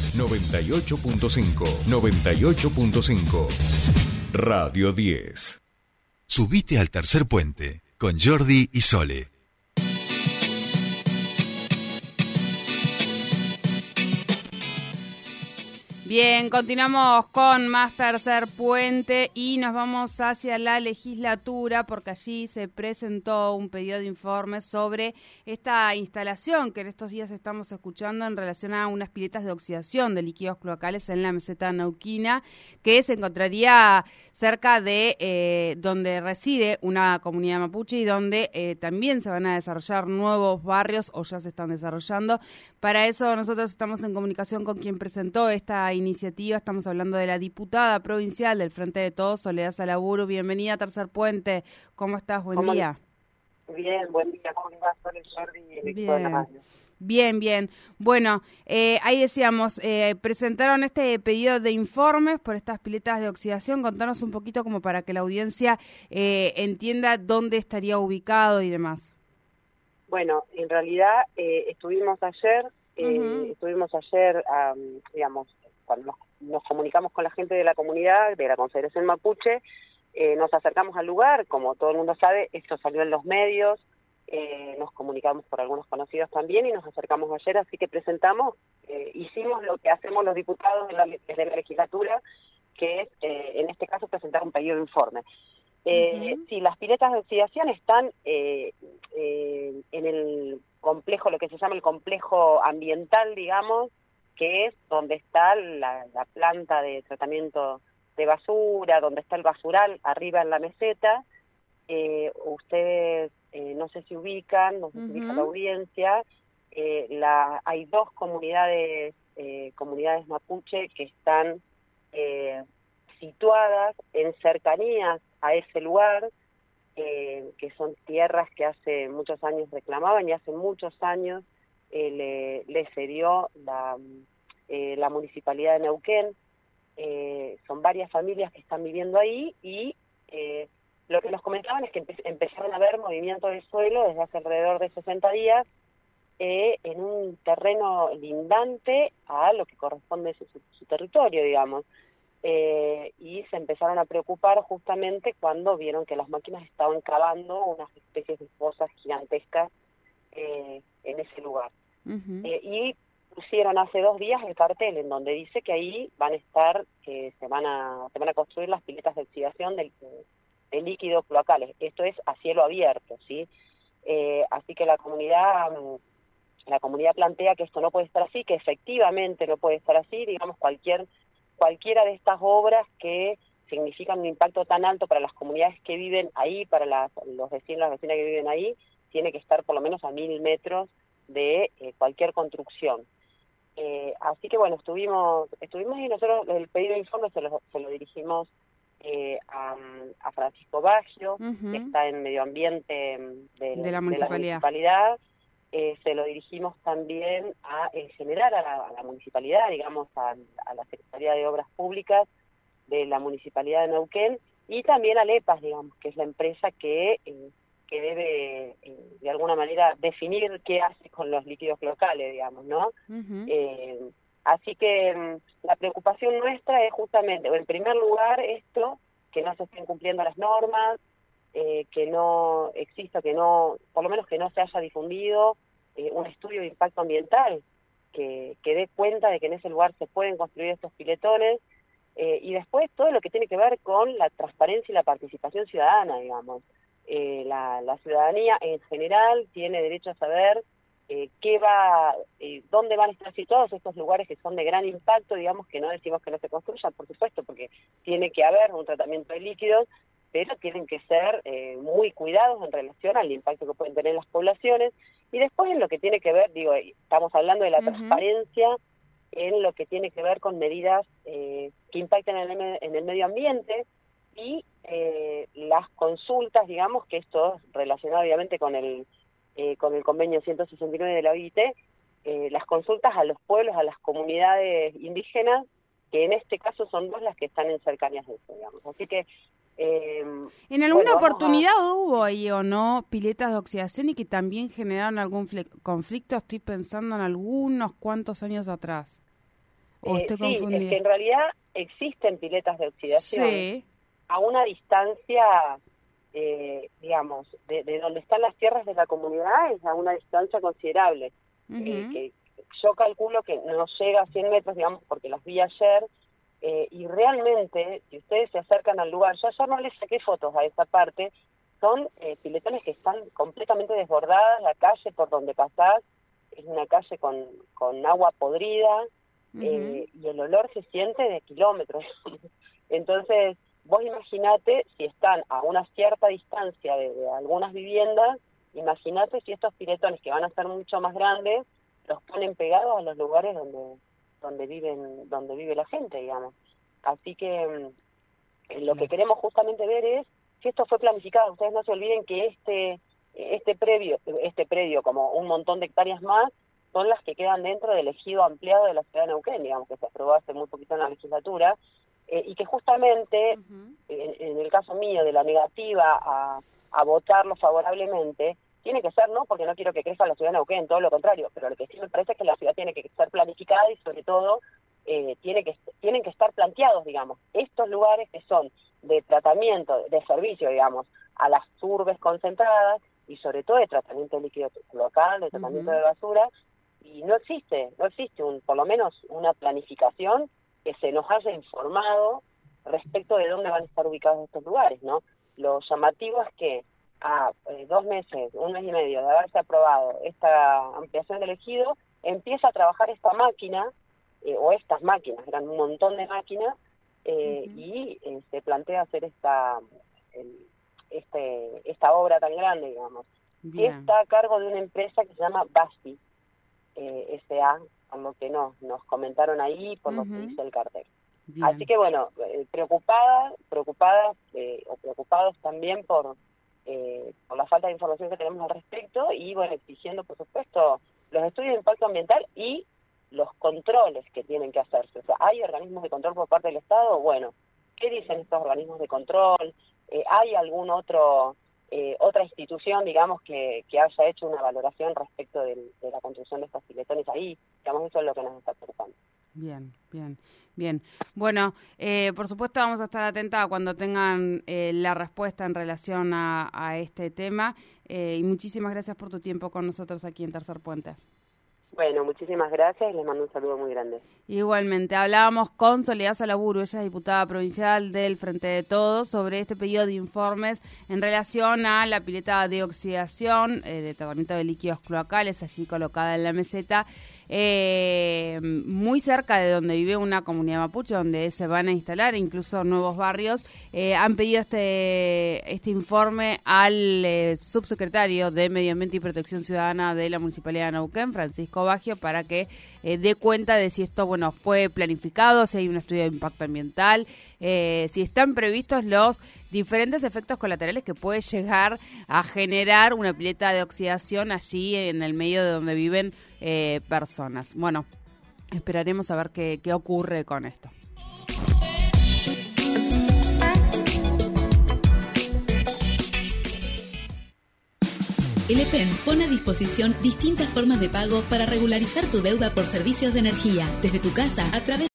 98.5. 98.5. Radio 10. Subite al tercer puente con Jordi y Sole. Bien, continuamos con más Tercer Puente y nos vamos hacia la legislatura porque allí se presentó un pedido de informe sobre esta instalación que en estos días estamos escuchando en relación a unas piletas de oxidación de líquidos cloacales en la meseta neuquina que se encontraría cerca de donde reside una comunidad mapuche y donde también se van a desarrollar nuevos barrios o ya se están desarrollando. Para eso nosotros estamos en comunicación con quien presentó esta iniciativa. Estamos hablando de la diputada provincial del Frente de Todos, Soledad Salaburu. Bienvenida a Tercer Puente. ¿Cómo estás? Buen día. Bien, buen día. ¿Cómo estás, Jordi? Bien, bien. Bueno, ahí decíamos, presentaron este pedido de informes por estas piletas de oxidación. Contanos un poquito como para que la audiencia entienda dónde estaría ubicado y demás. Bueno, en realidad estuvimos ayer, digamos, cuando nos comunicamos con la gente de la comunidad, de la Confederación Mapuche, nos acercamos al lugar, como todo el mundo sabe, esto salió en los medios, nos comunicamos por algunos conocidos también y nos acercamos ayer, así que presentamos, hicimos lo que hacemos los diputados desde la legislatura, que es, en este caso, presentar un pedido de informe. Sí, las piletas de oxidación están en el complejo, lo que se llama el complejo ambiental, digamos, que es donde está la planta de tratamiento de basura, donde está el basural, arriba en la meseta. Ustedes, no sé si ubican, no sé si ubica la audiencia, hay dos comunidades mapuche que están situadas en cercanías a ese lugar, que son tierras que hace muchos años reclamaban y hace muchos años le cedió la Municipalidad de Neuquén. Son varias familias que están viviendo ahí y lo que nos comentaban es que empezaron a haber movimiento del suelo desde hace alrededor de 60 días en un terreno lindante a lo que corresponde su territorio, digamos. Y se empezaron a preocupar justamente cuando vieron que las máquinas estaban cavando unas especies de fosas gigantescas en ese lugar. Y pusieron hace 2 días el cartel en donde dice que ahí van a estar, se van a construir las piletas de oxidación de líquidos cloacales. Esto es a cielo abierto, ¿sí? Así que la comunidad plantea que esto no puede estar así, que efectivamente no puede estar así, digamos, cualquiera de estas obras que significan un impacto tan alto para las comunidades que viven ahí, para los vecinos, las vecinas que viven ahí, tiene que estar por lo menos a 1000 metros de cualquier construcción. Así que bueno, estuvimos y nosotros el pedido de informe se lo dirigimos a Francisco Baggio, que está en Medio Ambiente de la municipalidad. Se lo dirigimos también en general a la municipalidad, digamos, a la Secretaría de Obras Públicas de la Municipalidad de Neuquén y también a LEPAS, digamos, que es la empresa que debe, de alguna manera, definir qué hace con los líquidos cloacales, digamos, ¿no? Así que la preocupación nuestra es justamente, en primer lugar, esto, que no se estén cumpliendo las normas, que no exista, por lo menos que no se haya difundido un estudio de impacto ambiental que dé cuenta de que en ese lugar se pueden construir estos piletones, y después todo lo que tiene que ver con la transparencia y la participación ciudadana, digamos. La ciudadanía en general tiene derecho a saber dónde van a estar situados estos lugares que son de gran impacto, digamos, que no decimos que no se construyan, por supuesto, porque tiene que haber un tratamiento de líquidos, pero tienen que ser muy cuidados en relación al impacto que pueden tener las poblaciones. Y después en lo que tiene que ver, estamos hablando de la transparencia en lo que tiene que ver con medidas que impactan en el medio ambiente y las consultas, digamos, que esto es relacionado obviamente con el convenio 169 de la OIT, las consultas a los pueblos, a las comunidades indígenas, que en este caso son 2 las que están en cercanías de eso, digamos. Así que ¿en alguna oportunidad hubo ahí o no piletas de oxidación y que también generaron algún conflicto? Estoy pensando en algunos cuantos años atrás. ¿O estoy sí, confundida? es que en realidad existen piletas de oxidación Sí. a una distancia, digamos, de donde están las tierras de la comunidad, es a una distancia considerable. Que yo calculo que no llega a 100 metros, digamos, porque las vi ayer, y realmente, si ustedes se acercan al lugar, yo ayer no les saqué fotos a esa parte, son piletones que están completamente desbordadas, la calle por donde pasás es una calle con agua podrida, y el olor se siente de kilómetros. Entonces, vos imaginate si están a una cierta distancia de algunas viviendas, imaginate si estos piletones, que van a ser mucho más grandes, los ponen pegados a los lugares donde vive la gente, digamos. Así que lo que queremos justamente ver es si esto fue planificado. Ustedes no se olviden que este predio, como un montón de hectáreas más, son las que quedan dentro del ejido ampliado de la ciudad de Neuquén, digamos, que se aprobó hace muy poquito en la legislatura, y que justamente, en el caso mío, de la negativa a votarlo favorablemente, tiene que ser, no porque no quiero que crezca la ciudad de Neuquén, todo lo contrario, pero lo que sí me parece es que la ciudad tiene que ser planificada y sobre todo tienen que estar planteados, digamos, estos lugares que son de tratamiento, de servicio, digamos, a las urbes concentradas y sobre todo de tratamiento de líquido local, de tratamiento de basura, y no existe por lo menos una planificación que se nos haya informado respecto de dónde van a estar ubicados estos lugares, ¿no? Lo llamativo es que a 2 meses, 1 mes y medio de haberse aprobado esta ampliación del ejido, empieza a trabajar esta máquina, o estas máquinas, eran un montón de máquinas, y se plantea hacer esta obra tan grande, digamos. Y está a cargo de una empresa que se llama Basti, S.A., por lo que nos comentaron ahí, por lo que dice el cartel. Bien. Así que bueno, preocupados también por la falta de información que tenemos al respecto y bueno, exigiendo por supuesto los estudios de impacto ambiental y los controles que tienen que hacerse. O sea, ¿hay organismos de control por parte del Estado? Bueno, ¿qué dicen estos organismos de control? ¿Hay algún otra institución, digamos, que haya hecho una valoración respecto de la construcción de estos piletones ahí? Digamos, eso es lo que nos está preocupando. Bien. Bueno, por supuesto vamos a estar atentas cuando tengan la respuesta en relación a este tema, y muchísimas gracias por tu tiempo con nosotros aquí en Tercer Puente. Bueno, muchísimas gracias y les mando un saludo muy grande. Igualmente, hablábamos con Soledad Salaburu, ella es diputada provincial del Frente de Todos, sobre este pedido de informes en relación a la pileta de oxidación, de tratamiento de líquidos cloacales, allí colocada en la meseta, muy cerca de donde vive una comunidad mapuche, donde se van a instalar incluso nuevos barrios. Han pedido este informe al subsecretario de Medio Ambiente y Protección Ciudadana de la Municipalidad de Neuquén, Francisco Baggio, para que dé cuenta de si esto fue planificado, si hay un estudio de impacto ambiental, si están previstos los diferentes efectos colaterales que puede llegar a generar una pileta de oxidación allí en el medio de donde viven personas. Bueno, esperaremos a ver qué ocurre con esto. El EPEN pone a disposición distintas formas de pago para regularizar tu deuda por servicios de energía, desde tu casa a través